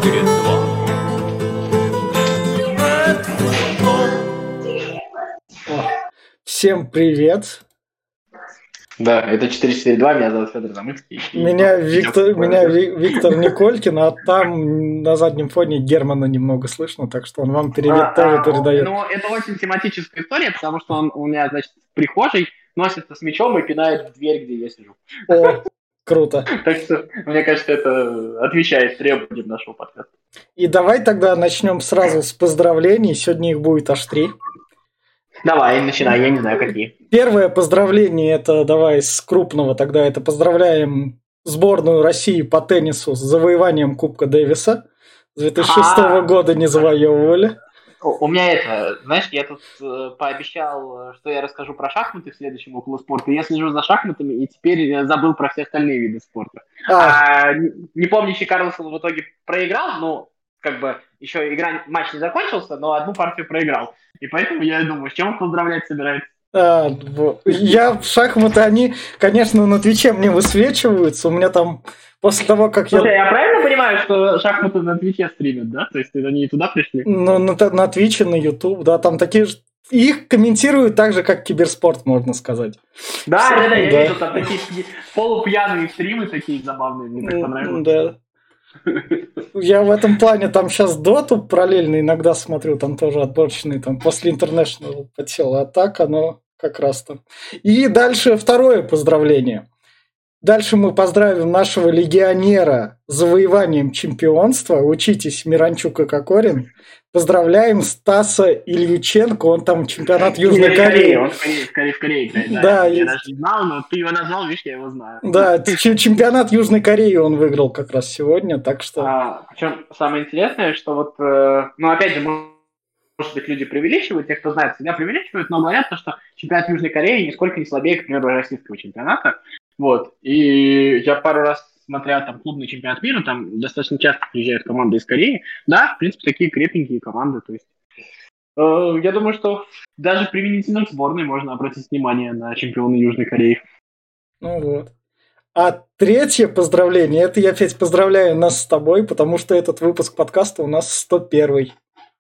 4-2. Всем привет. Да, это 4-4-2, меня зовут Федор Замыцкий. Меня Виктор Николькин, а там на заднем фоне Германа немного слышно, так что он вам привет тоже передает. Ну, это очень тематическая история, потому что он у меня, значит, в прихожей носится с мячом и пинает в дверь, где я сижу. О, круто. Так что, мне кажется, это отвечает требованиям нашего подкаста. И давай тогда начнем сразу с поздравлений. Сегодня их будет аж 3. Давай, начинай, я не знаю, какие. Первое поздравление, это давай с крупного тогда, это поздравляем сборную России по теннису с завоеванием Кубка Дэвиса. С 2006 года не завоевывали. У меня это, знаешь, я тут пообещал, что я расскажу про шахматы в следующем около спорта. Я слежу за шахматами и теперь забыл про все остальные виды спорта. Непомнящий Карлсон в итоге проиграл, ну, как бы еще матч не закончился, но одну партию проиграл. И поэтому я думаю, с чем он поздравлять собирается? Я в шахматы, они, конечно, на Твиче мне высвечиваются. У меня там после того, как Слушай, я правильно понимаю, что шахматы на Твиче стримят, да? То есть они туда пришли? Ну, на Твиче, на Ютуб, да, там такие же... Их комментируют так же, как киберспорт, можно сказать. Да, я вижу, там такие полупьяные стримы такие забавные, мне так понравилось. Да. Я в этом плане там сейчас доту параллельно иногда смотрю, там тоже отборочный, там после International подсел, а так оно как раз там. И дальше второе поздравление. Дальше мы поздравим нашего легионера с завоеванием чемпионства. Учитесь, Миранчук и Кокорин. Поздравляем Стаса Ильюченко, он там чемпионат Южной Кореи. Он в Корее играет, да. Я даже не знал, но ты его назвал, видишь, я его знаю. Да, чемпионат Южной Кореи он выиграл как раз сегодня, так что... Причем самое интересное, что вот, ну опять же, может быть, люди преувеличивают, те, кто знает, всегда преувеличивают, но говорят, что чемпионат Южной Кореи нисколько не слабее, к примеру, российского чемпионата. Вот, и я пару раз смотря там клубный чемпионат мира, там достаточно часто приезжают команды из Кореи. Да, в принципе, такие крепенькие команды. То есть, я думаю, что даже применительно к сборной можно обратить внимание на чемпиона Южной Кореи. Ну вот. А третье поздравление, это я опять поздравляю нас с тобой, потому что этот выпуск подкаста у нас 101-й.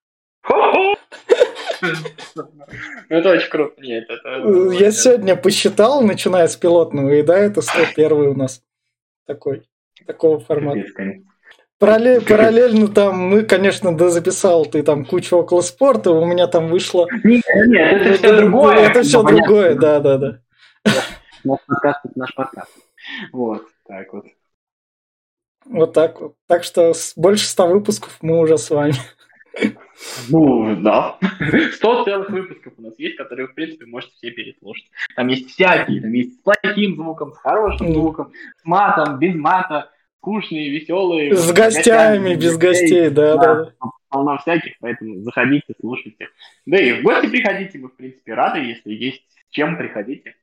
Это очень круто. Нет, я сегодня посчитал, начиная с пилотного, и да, это 101-й у нас. Такого формата. Параллельно там мы, конечно, дозаписал ты там кучу около спорта, у меня там вышло... Нет, это все другое. Это все другое, да. Наш подкаст – это наш подкаст. Вот, так вот. Вот так вот. Так что больше 100 выпусков мы уже с вами. Ну, да. 100 целых выпусков у нас есть, которые, в принципе, можете все переслушать. Там есть всякие, там есть с плохим звуком, с хорошим звуком, с матом, без мата, скучные, веселые. С гостями, без гостей, да. Полно всяких, поэтому заходите, слушайте. Да и в гости приходите, мы, в принципе, рады, если есть с чем, приходите.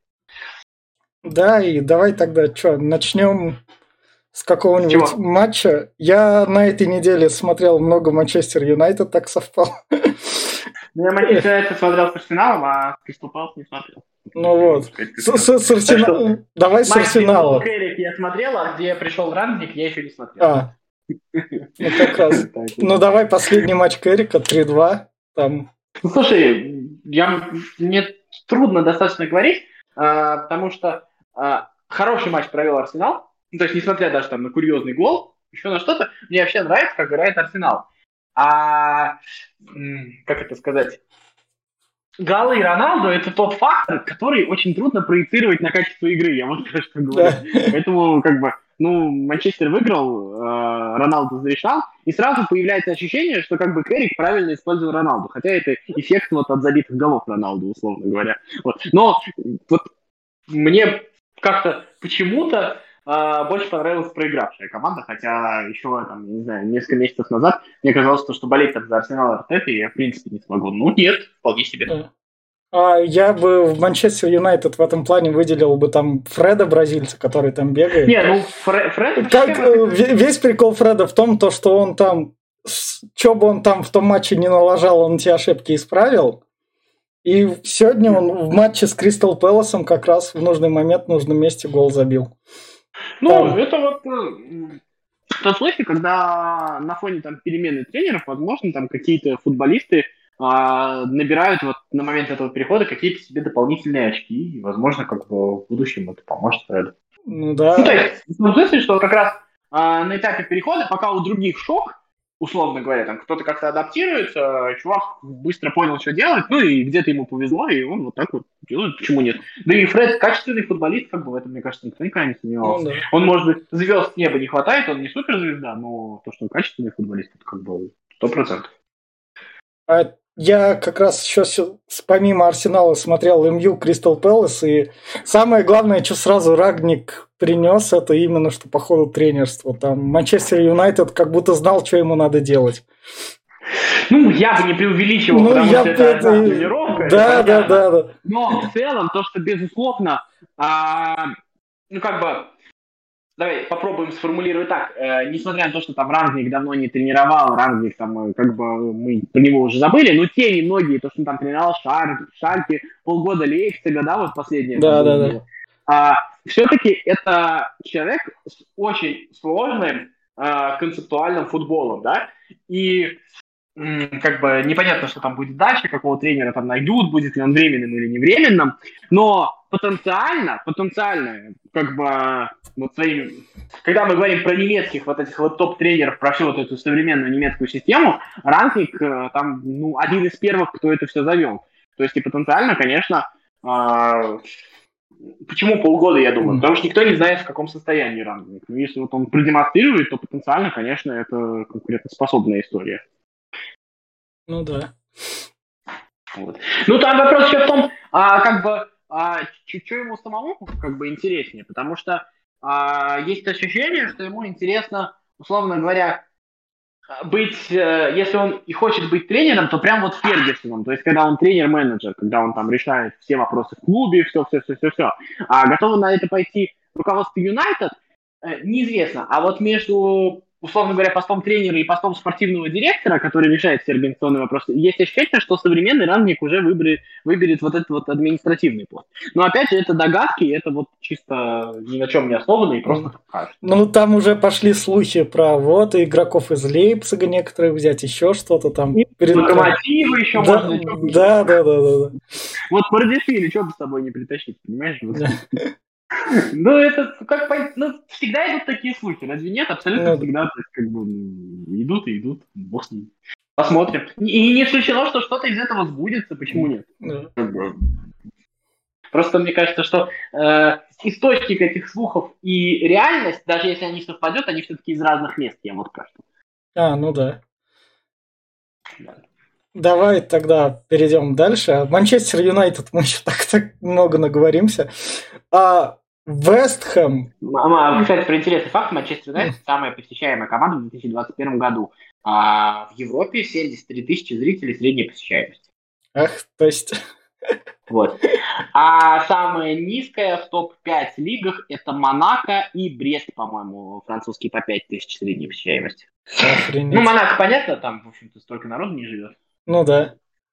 Да, и давай тогда начнем с какого-нибудь матча. Я на этой неделе смотрел много Манчестер Юнайтед, так совпало. Я Манчестер Юнайтед смотрел с Арсеналом, а Кристал Пэлас не смотрел. Ну вот. С Арсеналом. Давай с Арсеналом. Матч я смотрел, а где пришел Рангник, я еще не смотрел. Ну как раз. Ну давай последний матч Кэррика, 3-2. Там. Ну слушай, мне трудно достаточно говорить, потому что хороший матч провел Арсенал. Ну, то есть, несмотря даже там на курьезный гол, еще на что-то, мне вообще нравится, как играет Арсенал. Как это сказать? Голы Роналду – это тот фактор, который очень трудно проецировать на качество игры, я вот что говорю. Поэтому, Манчестер выиграл, Роналду зарешал, и сразу появляется ощущение, что Кэррик правильно использовал Роналду, хотя это эффект вот от забитых голов Роналду, условно говоря. Вот. Но вот мне как-то почему-то больше понравилась проигравшая команда, хотя еще, не знаю, несколько месяцев назад мне казалось, что болеть за Арсенал Артеты я, в принципе, не смогу. Ну, нет, вполне себе. Я бы в Манчестер Юнайтед в этом плане выделил бы там Фреда, бразильца, который там бегает. Не, ну, Фред... Весь прикол Фреда в том, что он там, что бы он там в том матче не налажал, он те ошибки исправил. И сегодня он в матче с Кристал Пэласом как раз в нужный момент, в нужном месте гол забил. Ну, это вот тот случай, когда на фоне там перемены тренеров, возможно, там какие-то футболисты набирают вот на момент этого перехода какие-то себе дополнительные очки, и, возможно, как бы в будущем это поможет Фреду. Ну да. Ну, то есть, в том смысле, что как раз на этапе перехода, пока у других шок, условно говоря, там кто-то как-то адаптируется, чувак быстро понял, что делать, ну и где-то ему повезло, и он вот так вот делает, почему нет. Да и Фред качественный футболист, как бы в этом, мне кажется, никто никогда не сомневался. Ну, да. Он, может быть, звезд с неба не хватает, он не суперзвезда, но то, что он качественный футболист, это как бы 100%. Я как раз еще помимо Арсенала смотрел МЮ Кристал Пэлас, и самое главное, что сразу Рагник принес, это именно что по ходу тренерства. Там Манчестер Юнайтед как будто знал, что ему надо делать. Ну, я бы не преувеличивал, потому что это одна тренировка. Да. Но в целом, то, что безусловно, ну как бы, давай попробуем сформулировать так. Несмотря на то, что там Рангник давно не тренировал, Рангник там, как бы, мы про него уже забыли, но те немногие, то, что он там тренировал Шальке, полгода Лейпцига, да, вот последнее. Да. Все-таки это человек с очень сложным концептуальным футболом, да, и как бы непонятно, что там будет дальше, какого тренера там найдут, будет ли он временным или не временным, но потенциально, как бы, вот своим, когда мы говорим про немецких вот этих вот топ-тренеров, про всю вот эту современную немецкую систему, Рангник там, ну, один из первых, кто это все завел. То есть и потенциально, конечно, почему полгода, я думаю? Потому что никто не знает, в каком состоянии Рангник. Но если вот он продемонстрирует, то потенциально, конечно, это конкурентоспособная история. Ну да. Вот. Ну там вопрос еще в том, как бы, что ему самому как бы интереснее, потому что есть ощущение, что ему интересно, условно говоря, быть, если он и хочет быть тренером, то прям вот Фергюсоном, то есть когда он тренер-менеджер, когда он там решает все вопросы в клубе, все. А готовы на это пойти руководство Юнайтед, неизвестно. А вот между, условно говоря, постом тренера и постом спортивного директора, который решает все организационные вопросы, есть ощущение, что современный Рангник уже выберет вот этот вот административный пост. Но опять же, это догадки, это вот чисто ни на чем не основано и просто кажется. Ну, там уже пошли слухи про вот игроков из Лейпцига некоторых взять, еще что-то там. Локомотивы еще можно. Да. Вот Бардишвили, что бы с собой не притащить, понимаешь? Ну, это как всегда идут такие слухи, разве нет? Абсолютно всегда, то есть, как бы, идут, бог с ним. Посмотрим. И не исключено, что что-то из этого сбудется, почему нет? Просто мне кажется, что источник этих слухов и реальность, даже если они совпадут, они все-таки из разных мест, я вот кажется. Ну да. Давай тогда перейдем дальше. Манчестер Юнайтед, мы еще так много наговоримся. Вест Хэм. Кстати, про интересный факт, Манчестер Юнайтед самая посещаемая команда в 2021 году. В Европе 73 тысячи зрителей средняя посещаемость. То есть... Вот. А самая низкая в топ-5 лигах это Монако и Брест, по-моему, французские по 5 тысяч средней посещаемости. Охренеть. Ну, Монако, понятно, там, в общем-то, столько народу не живет. Ну да.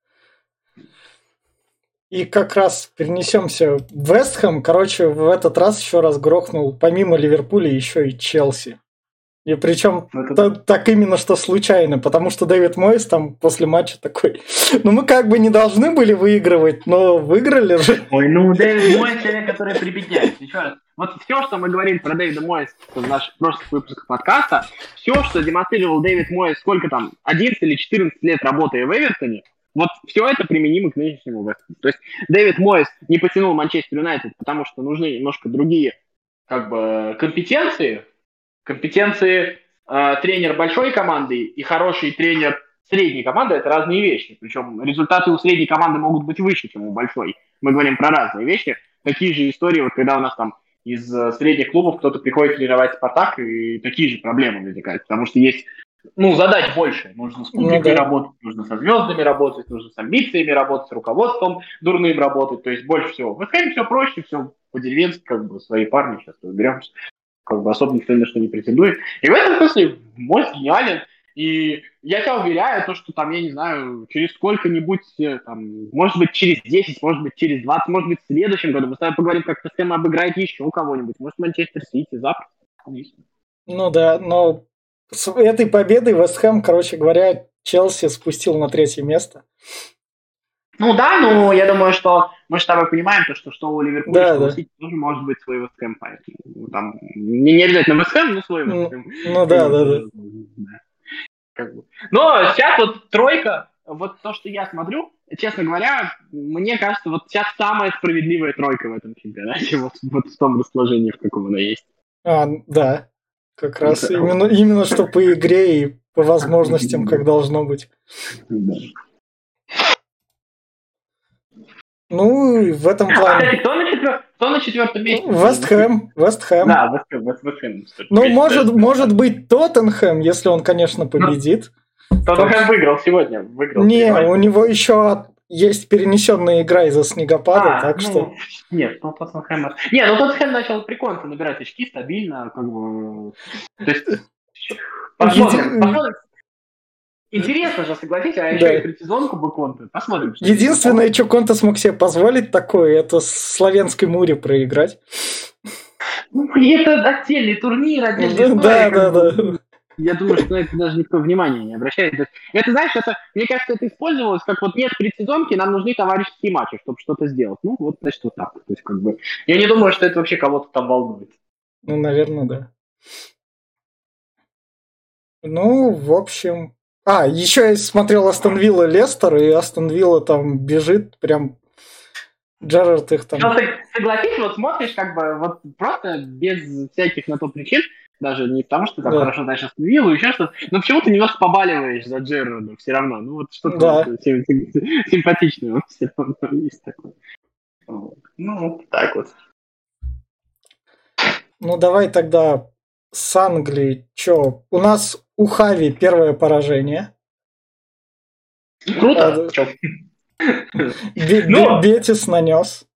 И как раз перенесемся в Вест Хэм. Короче, в этот раз еще раз грохнул помимо Ливерпуля еще и Челси. И причем так именно что случайно, потому что Дэвид Мойс там после матча такой, мы как бы не должны были выигрывать, но выиграли же. Ой, Дэвид Мойс человек, который прибедняется. Еще раз, вот все, что мы говорим про Дэвида Мойса в наших прошлых выпусках подкаста, все, что демонстрировал Дэвид Мойс, сколько там, 11 или 14 лет работая в Эвертоне, вот все это применимо к нынешнему Весту. То есть Дэвид Мойс не потянул Манчестер Юнайтед, потому что нужны немножко другие как бы компетенции тренер большой команды и хороший тренер средней команды – это разные вещи. Причем результаты у средней команды могут быть выше, чем у большой. Мы говорим про разные вещи. Такие же истории, вот когда у нас там из средних клубов кто-то приходит тренировать «Спартак», и такие же проблемы возникают. Потому что есть задач больше. Нужно с публикой работать, нужно со звездами работать, нужно с амбициями работать, с руководством дурным работать. То есть больше всего. В Эфэме все проще, все по-деревенски, как бы свои парни сейчас разберемся. Как бы особо никто ни на что не претендует. И в этом смысле Мойс гениален. И я тебя уверяю, то, что там, я не знаю, через сколько-нибудь, там, может быть, через 10, может быть, через 20, может быть, в следующем году мы с тобой поговорим, как Тоттенхэм обыграет еще кого-нибудь. Может, Манчестер Сити завтра. Ну да, но с этой победой Вест Хэм, короче говоря, Челси спустил на 3-е место. Ну да, но я думаю, что мы с тобой понимаем, что у Ливерпуля, Да, что у да. Сити тоже может быть свой Вест Хэм. Ну, там, не обязательно Вест Хэм, но свой Вест Хэм. Ну да. Как бы. Но сейчас вот тройка, вот то, что я смотрю, честно говоря, мне кажется, вот сейчас самая справедливая тройка в этом чемпионате, вот в том расположении, в каком она есть. Да. Как раз именно что по игре и по возможностям, как должно быть. Ну, и в этом плане... Кстати, кто на 4-м месте? Вест Хэм. Да, Вест Хэм. Ну, может быть, Тоттенхэм, если он, конечно, победит. Тоттенхэм выиграл сегодня. Не, у него еще есть перенесенная игра из-за снегопада, так что... Нет, Тоттенхэм... Не, Тоттенхэм начал прикольно набирать очки, стабильно, как бы... То есть... Посмотрим. Интересно же, согласитесь, а еще и предсезонку бы Конте. Посмотрим. Единственное, что Конте смог себе позволить такое, это с Славянской Муре проиграть. Ну, это отдельный турнир, отдельная история. Да. Я думаю, что на это даже никто внимания не обращает. Это, знаешь, мне кажется, это использовалось как вот нет предсезонки, нам нужны товарищеские матчи, чтобы что-то сделать. Ну, вот, значит, вот так. То есть, как бы, я не думаю, что это вообще кого-то там волнует. Ну, наверное, да. Ну, в общем... еще я смотрел Астон Вилла Лестер, и Астон Вилла там бежит прям... Джерард их там... Согласись, вот смотришь как бы вот просто без всяких на то причин, даже не потому, что там хорошо знаешь Астон Виллу, еще что-то, но почему-то немножко побаливаешь за Джерарда все равно. Ну вот что-то симпатичное все равно есть такое. Ну, так вот. Ну, давай тогда с Англии. Че? У нас у Хави первое поражение. Круто. Бетис нанес.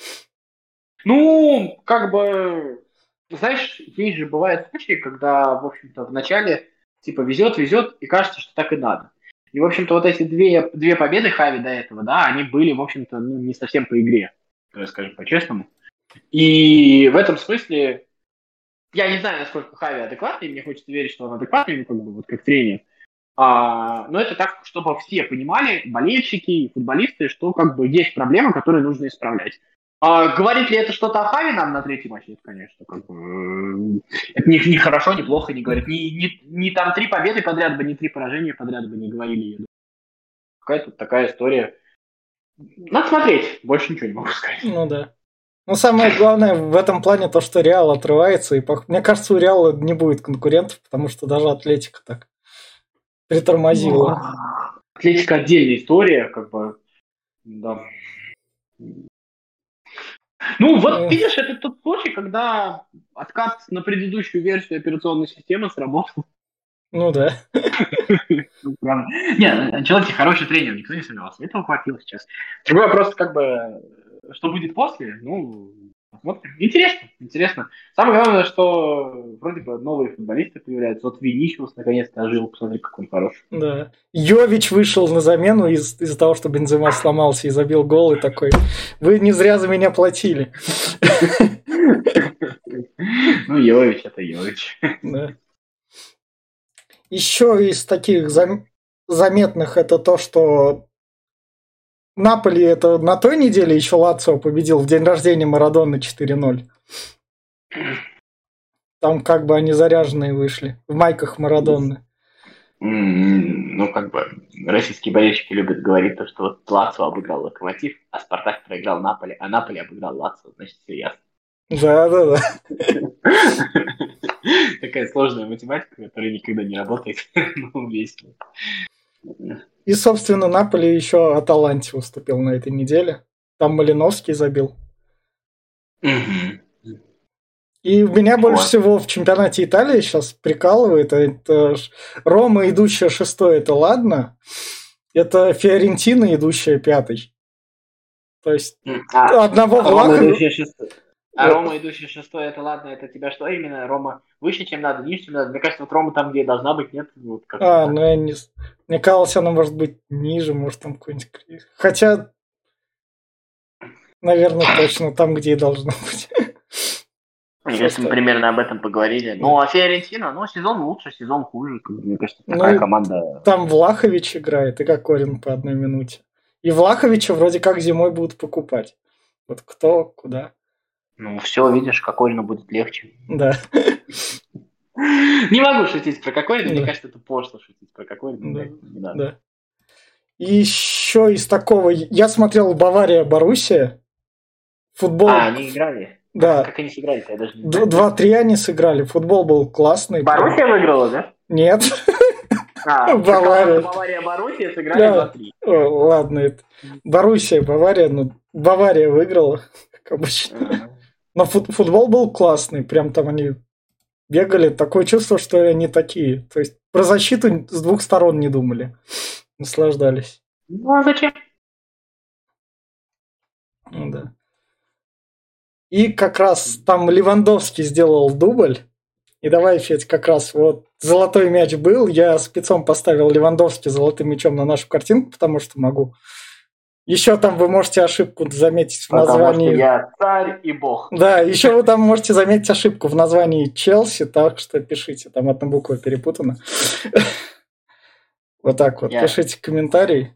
Ну, как бы, знаешь, есть же бывают случаи, когда, в общем-то, в начале, типа, везет, и кажется, что так и надо. И, в общем-то, вот эти две победы Хави до этого, да, они были, в общем-то, не совсем по игре, скажем по-честному. И в этом смысле, я не знаю, насколько Хави адекватный, мне хочется верить, что он адекватный, ну, как бы, вот как тренер. Но это так, чтобы все понимали, болельщики и футболисты, что как бы есть проблемы, которые нужно исправлять. Говорит ли это что-то о Хави нам на 3-й матч? Нет, конечно. Как бы, это не хорошо, не плохо не говорит. Ни там 3 победы подряд бы, ни 3 поражения подряд бы не говорили. Какая-то такая история. Надо смотреть. Больше ничего не могу сказать. Ну да. Но самое главное в этом плане то, что Реал отрывается. И мне кажется, у Реала не будет конкурентов, потому что даже Атлетика так притормозила. Атлетика отдельная история, как бы, да. Ну, вот видишь, это тот случай, когда откат на предыдущую версию операционной системы сработал. Ну да. Нет, Анчелотти хороший тренер, никто не сомневался. Этого хватило сейчас. Другой вопрос, как бы, что будет после, ну, посмотрим. Интересно. Самое главное, что вроде бы новые футболисты появляются. Вот Винисиус наконец-то ожил, посмотри, какой он хороший. Да. Йович вышел на замену из-за того, что Бензема сломался и забил гол, и такой: вы не зря за меня платили. Ну, Йович, это Йович. Да. Еще из таких заметных это то, что Наполи это на той неделе еще Лацио победил в день рождения Марадоны 4-0. Там как бы они заряженные вышли в майках Марадоны. Ну, как бы, российские болельщики любят говорить то, что вот Лацио обыграл Локомотив, а Спартак проиграл Наполи, а Наполи обыграл Лацио, значит, все ясно. Да. Такая сложная математика, которая никогда не работает. Ну, весело. И, собственно, Наполи еще Аталанте уступил на этой неделе. Там Малиновский забил. И меня больше всего в чемпионате Италии сейчас прикалывает. Это Рома, идущая 6-й, это ладно. Это Фиорентина, идущая 5-й. То есть одного Влахова... А Рома, идущий 6-й, это ладно, это тебя что именно? Рома выше, чем надо, ниже, чем надо? Мне кажется, вот Рома там, где должна быть, нет? Вот ну я не... Мне казалось, она может быть ниже, может там какой-нибудь... Хотя, наверное, точно там, где и должна быть. Мне кажется, мы примерно об этом поговорили. Ну, а Фиорентина, сезон лучше, сезон хуже. Мне кажется, такая команда... Там Влахович играет, и Кокорин по 1 минуте. И Влаховича вроде как зимой будут покупать. Вот кто, куда. Ну, все, видишь, Кокорину будет легче. Да. Не могу шутить про Кокорина, мне кажется, это пошло шутить про Кокорина. Да. И еще из такого... Я смотрел Бавария-Боруссия. Футбол... они играли? Да. Как они сыграли-то? Я даже не знаю. 2-3 они сыграли. Футбол был классный. Боруссия выиграла, да? Нет. Бавария-Боруссия сыграли 2-3. Ладно, это Боруссия-Бавария, но Бавария выиграла, как обычно. Но футбол был классный. Прям там они бегали. Такое чувство, что они такие. То есть про защиту с двух сторон не думали. Наслаждались. Ну, а зачем? Ну, да. И как раз там Левандовский сделал дубль. И давай, Федь, как раз вот золотой мяч был. Я спецом поставил Левандовский золотым мячом на нашу картинку, потому что могу. Еще там вы можете ошибку заметить в названии... Потому что я царь и бог. Да, еще вы там можете заметить ошибку в названии Челси, так что пишите. Там одна буква перепутана. Вот так вот. Пишите комментарий.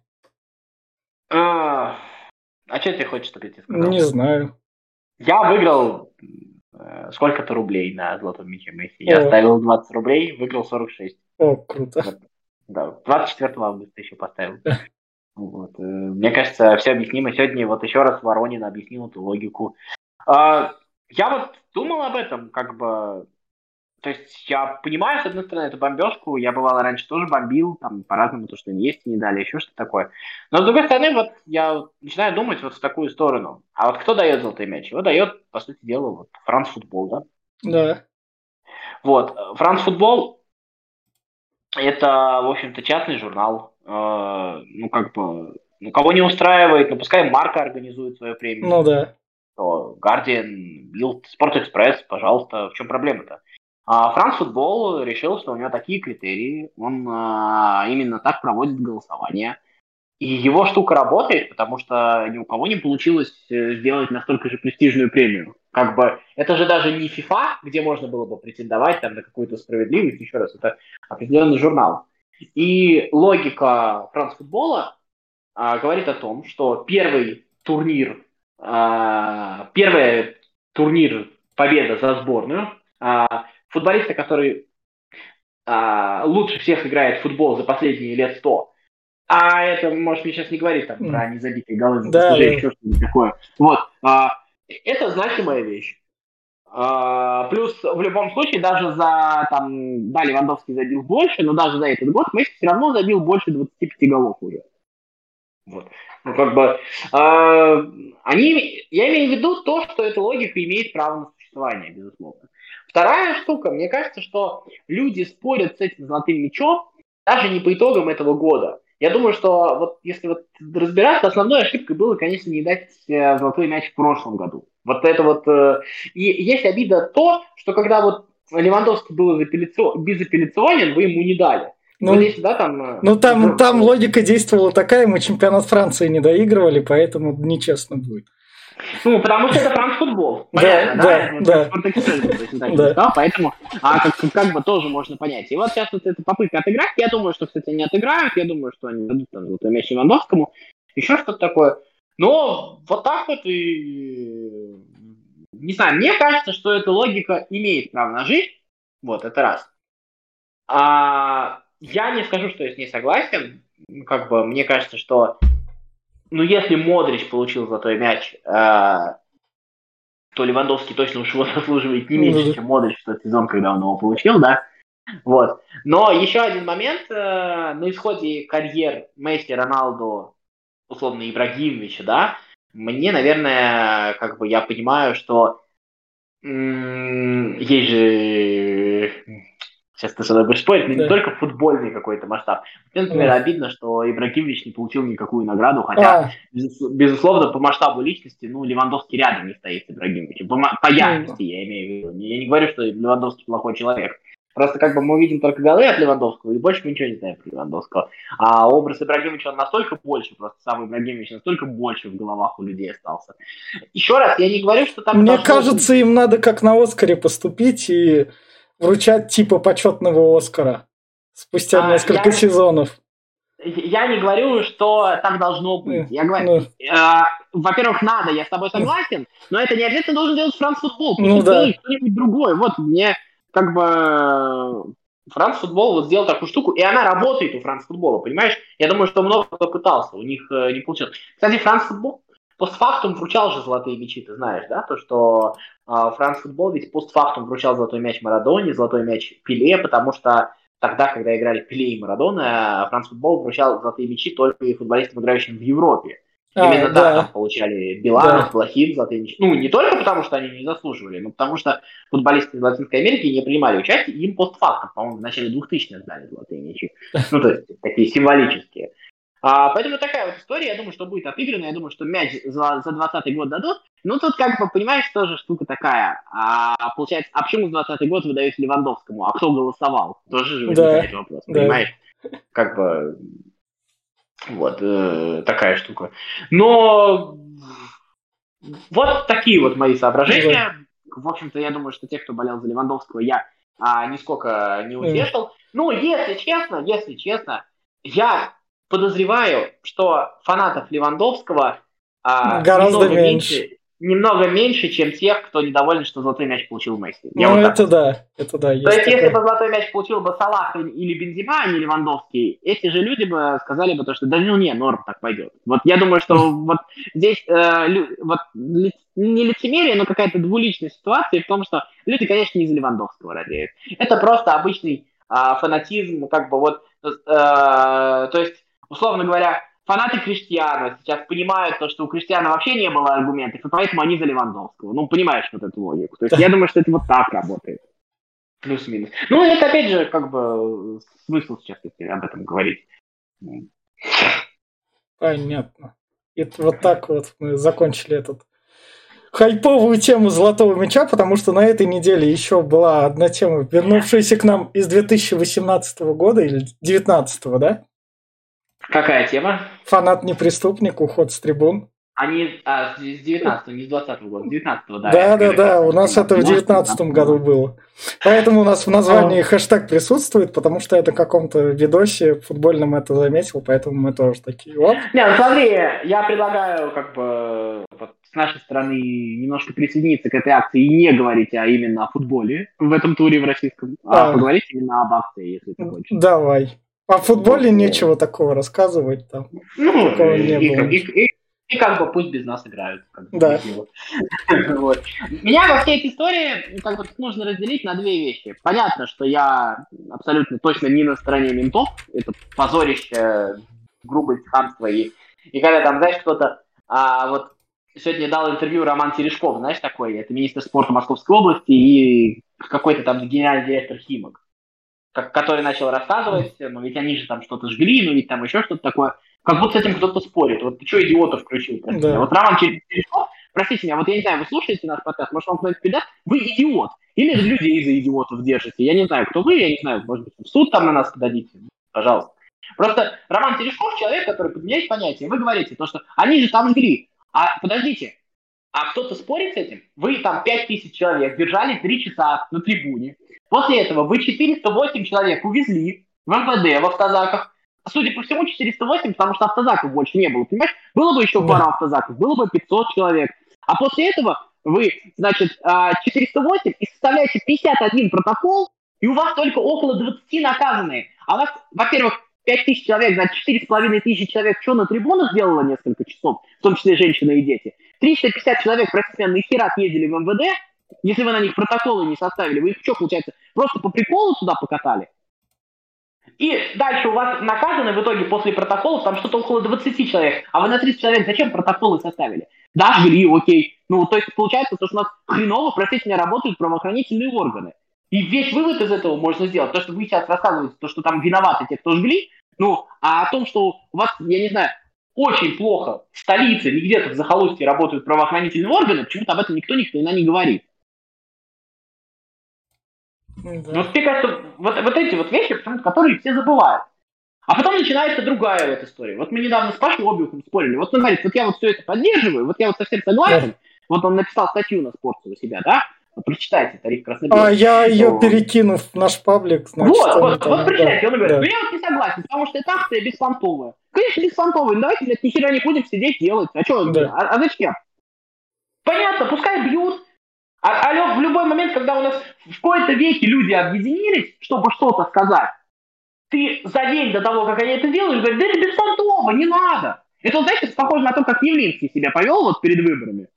А что ты хочешь, чтобы я тебе сказал? Не знаю. Я выиграл сколько-то рублей на золотом мяче Месси. Я ставил 20 рублей, выиграл 46. О, круто. Да, 24 августа еще поставил. Вот. Мне кажется, все объяснимо. Сегодня вот еще раз Воронин объяснил эту логику. Я вот думал об этом, как бы... То есть я понимаю, с одной стороны, эту бомбежку. Я бывало раньше тоже бомбил, там по-разному, то, что есть не дали, еще что-то такое. Но с другой стороны, вот я начинаю думать вот в такую сторону. А вот кто дает золотой мяч? Его дает, по сути дела, вот France Football, да? Да. Вот. France Football это, в общем-то, частный журнал. Кого не устраивает, пускай Марка организует свою премию. Ну да. Guardian, Bild, Sport Express, пожалуйста, в чем проблема-то? А France Football решил, что у него такие критерии, он именно так проводит голосование. И его штука работает, потому что ни у кого не получилось сделать настолько же престижную премию. Как бы это же даже не FIFA, где можно было бы претендовать там, на какую-то справедливость, еще раз, это определенный журнал. И логика France Football говорит о том, что первый турнир победа за сборную, футболиста, который лучше всех играет в футбол за последние лет 100, а это, может, мне сейчас не говорить там про незабитые голы, еще что-нибудь такое. Вот. Это значимая вещь. Плюс, в любом случае, даже за, Левандовский забил больше, но даже за этот год Месси все равно забил больше 25 голов уже. Вот. Я имею в виду то, что эта логика имеет право на существование, безусловно. Вторая штука, мне кажется, что люди спорят с этим золотым мячом даже не по итогам этого года. Я думаю, что если разбираться, основной ошибкой было, конечно, не дать золотой мяч в прошлом году. И есть обида то, что когда Левандовский был безапелляционен, вы ему не дали. Там логика действовала такая, мы чемпионат Франции не доигрывали, поэтому нечестно будет. Потому что это France Football. Понятно, да? Поэтому как бы тоже можно понять. И вот сейчас эта попытка отыграть, я думаю, что, кстати, они отыграют, я думаю, что они дадут золотой мяч Левандовскому, еще что-то такое. Но вот так вот и... Не знаю, мне кажется, что эта логика имеет право на жизнь. Вот, это раз. Я не скажу, что я с ней согласен. Мне кажется, что если Модрич получил золотой мяч, то Левандовский точно уж его заслуживает не меньше, чем Модрич в тот сезон, когда он его получил, да? Вот. Но еще один момент. На исходе карьер Месси, Роналду, условно, Ибрагимовича, да, мне, наверное, я понимаю, что есть же... Сейчас ты со мной будешь спорить, но не только футбольный какой-то масштаб. Мне, например, обидно, что Ибрагимович не получил никакую награду, хотя, безусловно, по масштабу личности, Левандовский рядом не стоит с Ибрагимовичем. По яркости, я имею в виду. Я не говорю, что Левандовский плохой человек. Просто как бы мы видим только голы от Левандовского, и больше мы ничего не знаем про Левандовского. А образ Ибрагимовича, он настолько больше, просто сам Ибрагимович настолько больше в головах у людей остался. Еще раз, я не говорю, что так Мне должно кажется, быть. им надо как на Оскаре поступить и вручать типа почетного Оскара спустя несколько сезонов. Я не говорю, что так должно быть. Я говорю, во-первых, надо, я с тобой согласен, но это не обязательно должен делать France Football. Пусть делает кто-нибудь другой. Вот мне как бы France Football вот сделал такую штуку, и она работает у France Football, понимаешь? Я думаю, что много кто пытался, у них не получилось. Кстати, France Football постфактум вручал же золотые мячи, ты знаешь, да? То, что France Football ведь постфактум вручал золотой мяч Марадоне, золотой мяч Пеле, потому что тогда, когда играли Пеле и Марадона, France Football вручал золотые мячи только и футболистам, играющим в Европе. Именно так там получали Биланов, Блохин золотые мячи. Ну, не только потому, что они не заслуживали, но потому что футболисты из Латинской Америки не принимали участие, им постфактум, по-моему, в начале 2000-х дали золотые мячи. Ну, то есть, такие символические. Поэтому такая вот история, я думаю, что будет отыграна, я думаю, что мяч за 2020 год дадут. Ну, тут как бы, понимаешь, тоже штука такая. Получается, почему за 2020 год выдают Левандовскому? А кто голосовал? Тоже же возникает вопрос, понимаешь? Как бы, вот, такая штука. Но вот такие вот мои соображения. В общем-то, я думаю, что тех, кто болел за Левандовского, я нисколько не утешил. Ну, если честно, я подозреваю, что фанатов Левандовского гораздо немного меньше, чем тех, кто недоволен, что золотой мяч получил Месси. Ну, это да. То есть, если бы золотой мяч получил бы Салах или Бензема, а не Левандовский, эти же люди бы сказали бы то, что да ну не, норм так пойдет. Вот я думаю, что вот здесь вот не лицемерие, но какая-то двуличная ситуация в том, что люди, конечно, не за Левандовского радеют. Это просто обычный фанатизм, как бы вот, то есть, условно говоря, фанаты Криштиану сейчас понимают то, что у Криштиану вообще не было аргументов, и поэтому они за Левандовского. Ну, понимаешь вот эту логику. То есть я думаю, что это вот так работает. Плюс-минус. Ну, это опять же, как бы, смысл сейчас, если об этом говорить. Понятно. Это вот так вот мы закончили этот хайповую тему золотого мяча, потому что на этой неделе еще была одна тема, вернувшаяся к нам из 2018 года или 2019, да? Какая тема? Фанат не преступник, уход с трибун. С 19-го, не с 20-го года, с 19-го, да. Да, у нас это в 19-м году было. Поэтому у нас в названии хэштег присутствует, потому что это в каком-то видосе футбольном это заметил, поэтому мы тоже такие. Оп. Не, ну смотри, я предлагаю как бы вот, с нашей стороны немножко присоединиться к этой акции и не говорить именно о футболе в этом туре в российском, а поговорить именно об акции, если ты хочешь. Давай. О футболе нечего такого рассказывать там. Ну, такого не было. И как бы пусть без нас играют. Да. Вот. Меня во всей этой истории как бы нужно разделить на две вещи. Понятно, что я абсолютно точно не на стороне ментов. Это позорище, грубость, хамство. И когда там, знаешь, кто-то... вот сегодня дал интервью Роман Терешков, знаешь, такой. Это министр спорта Московской области и какой-то там генеральный директор Химок, который начал рассказывать, ну ведь они же там что-то жгли, ну ведь там еще что-то такое. Как будто с этим кто-то спорит. Вот ты что идиотов включил? Да. Вот Роман Терешков, простите меня, вот я не знаю, вы слушаете наш подкаст, может вам кто-нибудь передаст, вы идиот. Или людей за идиотов держите. Я не знаю, кто вы, я не знаю, может быть, в суд там на нас подадите. Пожалуйста. Просто Роман Терешков человек, который подменяет понятие. Вы говорите, то, что они же там жгли. Подождите, а кто-то спорит с этим? Вы там 5000 человек держали 3 часа на трибуне. После этого вы 408 человек увезли в МВД в автозаках. Судя по всему, 408, потому что автозаков больше не было, понимаешь? Было бы еще пара автозаков, было бы 500 человек. А после этого вы, значит, 408 и составляете 51 протокол, и у вас только около 20 наказанные. А у вас, во-первых, 5000 человек, значит, 4500 человек что на трибунах делало несколько часов, в том числе женщины и дети. 350 человек, простите меня, нахера съездили в МВД, если вы на них протоколы не составили. Вы их что, получается, просто по приколу туда покатали? И дальше у вас наказаны в итоге после протоколов там что-то около 20 человек. А вы на 30 человек зачем протоколы составили? Да, жгли, окей. Ну, то есть получается, что у нас хреново, простите меня, работают правоохранительные органы. И весь вывод из этого можно сделать. То, что вы сейчас рассказываете, то, что там виноваты те, кто жгли, ну, а о том, что у вас, я не знаю, очень плохо в столице или где-то в захолустье работают правоохранительные органы, почему-то об этом никто ни хрена не говорит. Да. Вот мне кажется, вот эти вот вещи, которые все забывают. А потом начинается другая вот история. Вот мы недавно с Пашей Обиухом спорили. Вот он говорит, вот я вот все это поддерживаю, вот я вот совсем согласен. Вот он написал статью на Спорте у себя, да? Вот прочитайте «Тариф красно-белый». А я ее перекину в наш паблик, значит, вот прочитайте. Он говорит, да. ну я вот не согласен, потому что эта акция беспонтовая. Конечно, беспонтовая, но давайте, блядь, ни хера не будем сидеть делать. А что, Да. а зачем? Понятно, пускай бьют. В любой момент, когда у нас в какой-то веке люди объединились, чтобы что-то сказать, ты за день до того, как они это делают, говоришь, да это беспонтово, не надо. Это, знаете, похоже на то, как Явлинский себя повел вот перед выборами.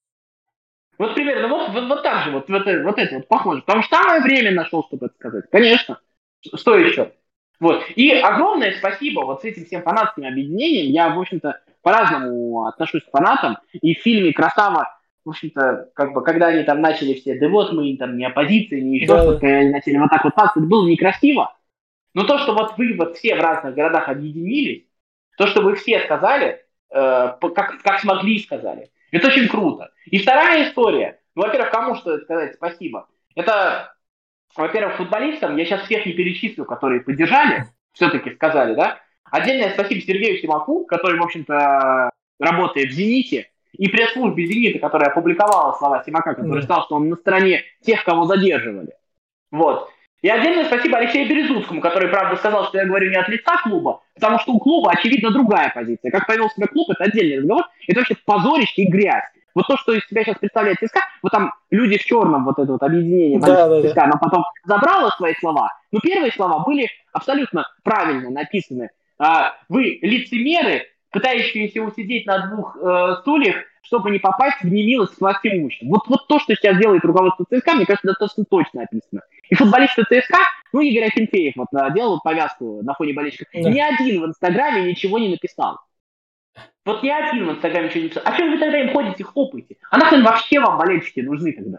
Вот примерно вот так же, вот это вот похоже. Потому что самое время нашел, чтобы это сказать. Конечно. Что еще? Вот. И огромное спасибо вот с этим всем фанатским объединением. Я, в общем-то, по-разному отношусь к фанатам. И в фильме «Красава», в общем-то, как бы, когда они там начали все, да вот мы там не оппозиция, не еще что-то, когда они начали вот так вот пасться, это было некрасиво. Но то, что вот вы вот все в разных городах объединились, то, что вы все сказали, как смогли сказали, это очень круто. И вторая история, ну, во-первых, кому что сказать спасибо, это, во-первых, футболистам, я сейчас всех не перечислю, которые поддержали, все-таки сказали, да, отдельное спасибо Сергею Симаку, который, в общем-то, работает в «Зените», и пресс-службе «Зенита», которая опубликовала слова Симака, который сказал, что он на стороне тех, кого задерживали. Вот. И отдельное спасибо Алексею Березутскому, который, правда, сказал, что я говорю не от лица клуба, потому что у клуба, очевидно, другая позиция. Как повел себя клуб, это отдельный разговор. Это вообще позорище и грязь. Вот то, что из себя сейчас представляет ЦСКА, вот там люди в черном, вот это вот объединение ЦСКА, оно потом забрало свои слова. Но первые слова были абсолютно правильно написаны. Вы лицемеры, пытающиеся усидеть на двух стульях, чтобы не попасть в немилость с властимущим. Вот то, что сейчас делает руководство ЦСКА, мне кажется, достаточно точно описано. И футболисты ЦСКА, ну, Игорь Акинфеев вот делал повязку на фоне болельщиков, ни один в Инстаграме ничего не написал. Вот ни один в Инстаграме ничего не написал. А что вы тогда им ходите, хлопаете? А нахрен вообще вам болельщики нужны тогда?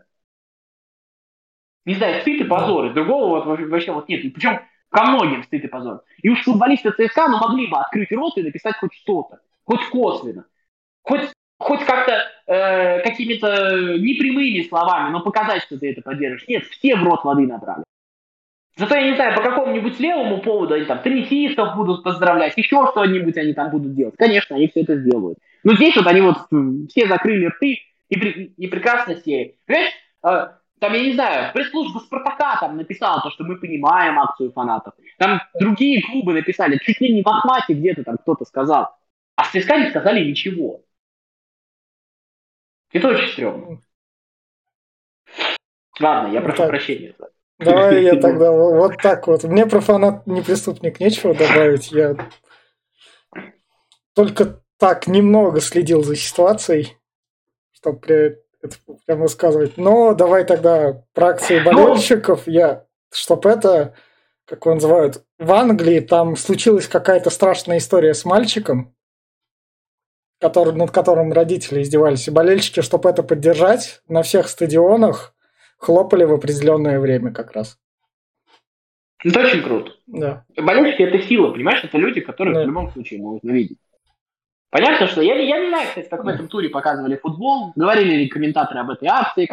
Не знаю, стыд и позор. И другого вот вообще вот нет. И причем ко многим стыд и позор. И уж футболисты ЦСКА, ну, могли бы открыть рот и написать хоть что-то. Хоть косвенно. Хоть как-то какими-то непрямыми словами, но показать, что ты это поддержишь. Нет, все в рот воды набрали. Зато я не знаю, по какому-нибудь левому поводу они там теннисистов будут поздравлять, еще что-нибудь они там будут делать. Конечно, они все это сделают. Но здесь вот они вот все закрыли рты и прекрасно сели. Понимаешь, там, я не знаю, пресс-служба Спартака там написала то, что мы понимаем акцию фанатов. Там другие клубы написали, чуть ли не в Ахмате где-то там кто-то сказал. А с ЦСКА не сказали ничего. Это очень стрёмно. Ладно, я прошу прощения. Давай я тогда вот так вот. Мне про фанат не преступник нечего добавить. Я только так немного следил за ситуацией, чтобы это прям рассказывать. Но давай тогда про акции болельщиков. Чтоб это, как его называют, в Англии там случилась какая-то страшная история с мальчиком, над которым родители издевались. И болельщики, чтобы это поддержать, на всех стадионах хлопали в определенное время как раз. Это очень круто. Да. Болельщики – это сила, понимаешь? Это люди, которые в любом случае могут увидеть. Понятно, что я не знаю, кстати, как в этом туре показывали футбол. Говорили ли комментаторы об этой акции?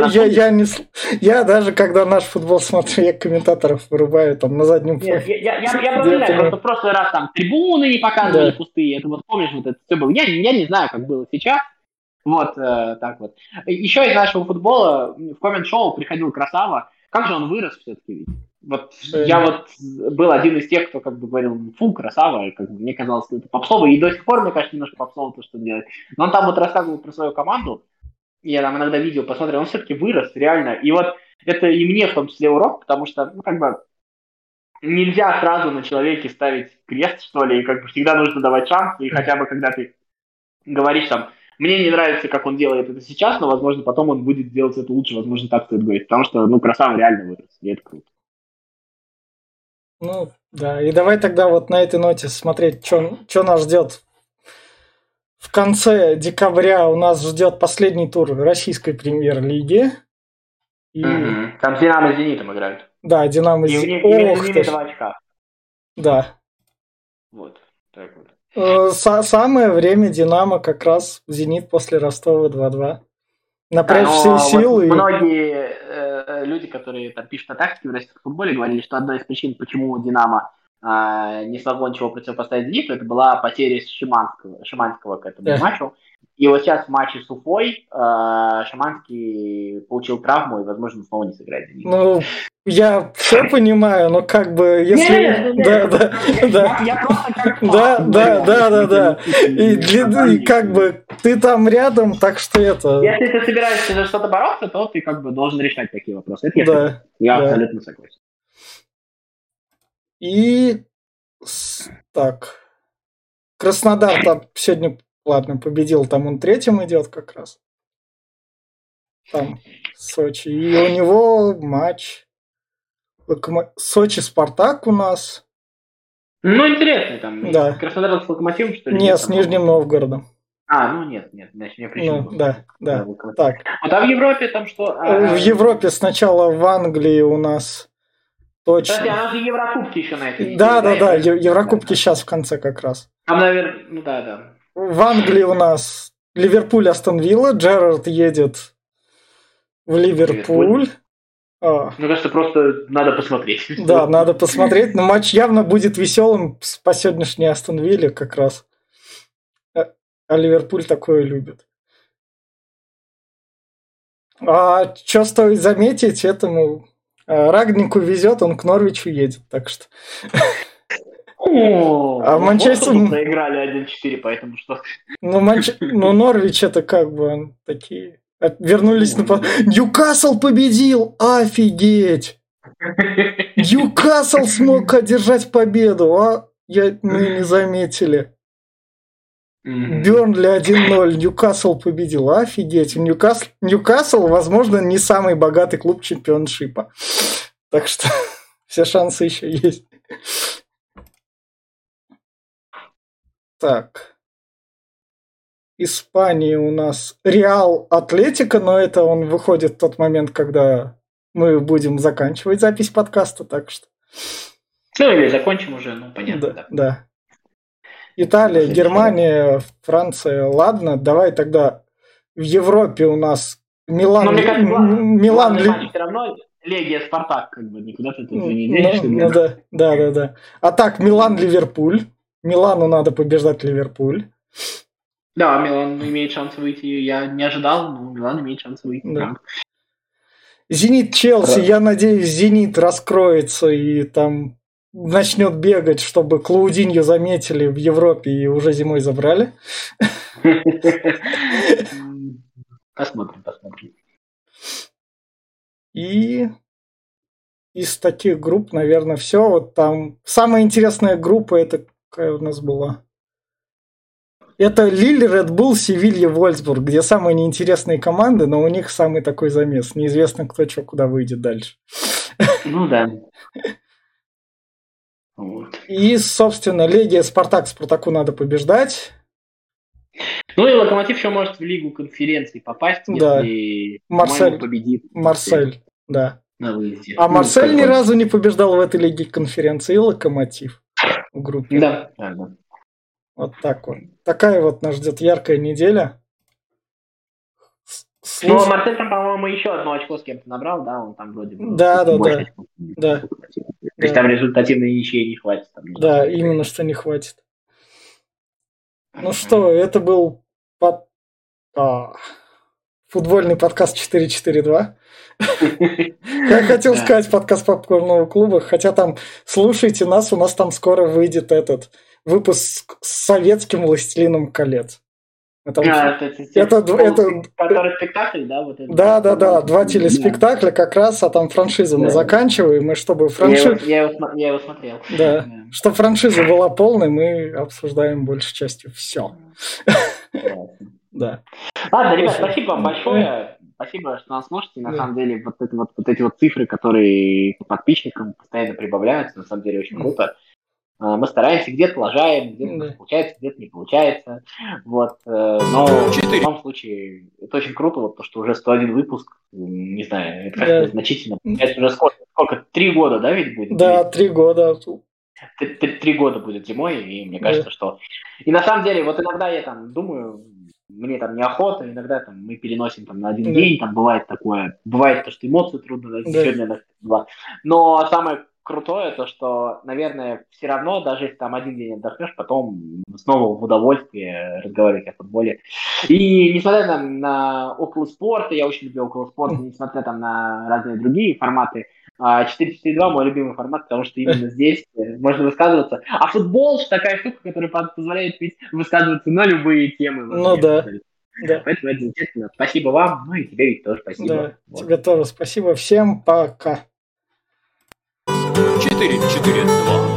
Я даже, когда наш футбол смотрю, я комментаторов вырубаю там на заднем фоне. Я проверяю, просто в прошлый раз там трибуны не показывали пустые. Это вот помнишь, вот это все было. Я не знаю, как было сейчас. Вот так вот. Еще из нашего футбола в коммент-шоу приходил Красава. Как же он вырос все-таки? Вот я вот был один из тех, кто как бы говорил, фу, Красава, как бы, мне казалось, что это попсово, и до сих пор, мне кажется, немножко попсово то, что он делает. Но он там вот рассказывал про свою команду, я там иногда видео посмотрел, он все-таки вырос, реально. И вот это и мне в том числе урок, потому что, ну, как бы, нельзя сразу на человеке ставить крест, что ли, и как бы всегда нужно давать шанс, и хотя бы когда ты говоришь там, мне не нравится, как он делает это сейчас, но, возможно, потом он будет делать это лучше, возможно, так стоит говорить, потому что, ну, Красава реально вырос, и это круто. Ну, да, и давай тогда вот на этой ноте смотреть, что нас ждет. В конце декабря у нас ждет последний тур российской премьер-лиги. Там Динамо с Зенитом играют. Да, Динамо с Зенитом. Да. Вот, так вот. Самое время Динамо как раз Зенит после Ростова 2-2. Напрячь все силы. Вот многие люди, которые там пишут о тактике в российском футболе, говорили, что одна из причин, почему «Динамо» не смогло ничего противопоставить «Зениту», это была потеря Шиманского к этому матчу. И вот сейчас в матче с Уфой Шиманский получил травму и, возможно, снова не сыграет «Зенит». Ну, я все понимаю, но как бы, если... Я просто как... Да. И как бы ты там рядом, так что это... Если ты собираешься за что-то бороться, то ты как бы должен решать такие вопросы. Это я абсолютно согласен. И так, Краснодар там сегодня, ладно, победил, там он третьим идет как раз. Там Сочи. И у него матч Сочи-Спартак у нас. Ну, интересный там. Да. Краснодар с Локомотивом, что ли? Нет, с Нижним Новгородом. Нет, значит, мне пришло. Да. Так. А в Европе там что? В Европе сначала в Англии у нас точно. Кстати, она же Еврокубки еще на этой неделе. Да, Еврокубки сейчас в конце как раз. Там, наверное, да. В Англии у нас Ливерпуль, Астон Вилла, Джерард едет в Ливерпуль. Мне кажется, просто надо посмотреть. Да, надо посмотреть, но матч явно будет веселым по сегодняшней Астон Вилле как раз. А Ливерпуль такое любит. А что стоит заметить, этому Рагнику везет, он к Норвичу едет, так что... А Манчестер... проиграли 1-4, поэтому что... Ну, Норвич это как бы такие... Вернулись на... Ньюкасл победил! Офигеть! Ньюкасл смог одержать победу, мы не заметили. Бёрнли 1-0, Ньюкасл победил. Офигеть. Ньюкасл, возможно, не самый богатый клуб чемпионшипа. Так что все шансы еще есть. Так. Испания у нас Реал Атлетико, но это он выходит в тот момент, когда мы будем заканчивать запись подкаста, так что... Ну, или закончим уже, понятно. Да. Италия, Германия, Франция. Ладно, давай тогда в Европе у нас Милан... Но мне кажется, все равно Легия, Спартак, как бы никуда ты тут не денешься. Да. А так, Милан-Ливерпуль. Милану надо побеждать Ливерпуль. Да, Милан имеет шанс выйти. Я не ожидал, но Милан имеет шанс выйти. Да. Зенит-Челси. Я надеюсь, Зенит раскроется и там начнет бегать, чтобы Клаудиньо заметили в Европе и уже зимой забрали. Посмотрим. И из таких групп, наверное, все. Вот там самая интересная группа, это какая у нас была? Это Лиль, Ред Булл, Севилья, Вольсбург, где самые неинтересные команды, но у них самый такой замес. Неизвестно, кто что куда выйдет дальше. Ну да. Вот. И, собственно, Легия, Спартак. Спартаку надо побеждать. Ну и Локомотив еще может в Лигу конференций попасть, если Марсель победит. Марсель, да. На выезде. А Марсель ни разу не побеждал в этой Лиге конференции, и Локомотив в группе. Да. Вот так вот. Такая вот нас ждет яркая неделя. Ну, Марсель там, по-моему, еще одно очко с кем-то набрал, да? Он там вроде бы... Да. То есть там результативной ничьей не хватит. Да, именно что не хватит. Ну что, это был футбольный подкаст 442. Я хотел сказать подкаст Попкорного клуба, хотя там слушайте нас, у нас там скоро выйдет этот выпуск с советским «Властелином колец». Который спектакль, да? Вот это. Да, 2 телеспектакля как раз, а там франшизу мы заканчиваем, и чтобы франшиза... Я его смотрел. Да, чтобы франшиза была полной, мы обсуждаем большей частью все. Да. Ладно, ребят, спасибо вам большое. Спасибо, что нас слушаете. На самом деле, вот эти вот цифры, которые по подписчикам постоянно прибавляются, на самом деле очень круто. Мы стараемся, где-то лажаем, где-то получается, где-то не получается. Вот. Но в любом случае, это очень круто, вот то, что уже 101 выпуск, не знаю, это как-то значительно. Это уже сколько? 3 года, да, ведь будет? Да, 3 года. 3 года будет зимой, и мне кажется, что... И на самом деле, вот иногда я там думаю, мне там неохота, иногда там мы переносим там на один день, там бывает такое, бывает то, что эмоции трудно найти, сегодня на 2. Но самое крутое то, что, наверное, все равно, даже если там один день отдохнешь, потом снова в удовольствие разговаривать о футболе. И несмотря там на около спорта, я очень люблю около спорта, несмотря там на разные другие форматы, 4-4-2 мой любимый формат, потому что именно здесь можно высказываться. А футбол такая штука, которая позволяет ведь высказываться на любые темы. Ну да. Поэтому это замечательно. Спасибо вам, ну и тебе ведь тоже спасибо. Да, вот. Тебе тоже спасибо. Всем пока. 4-4-2.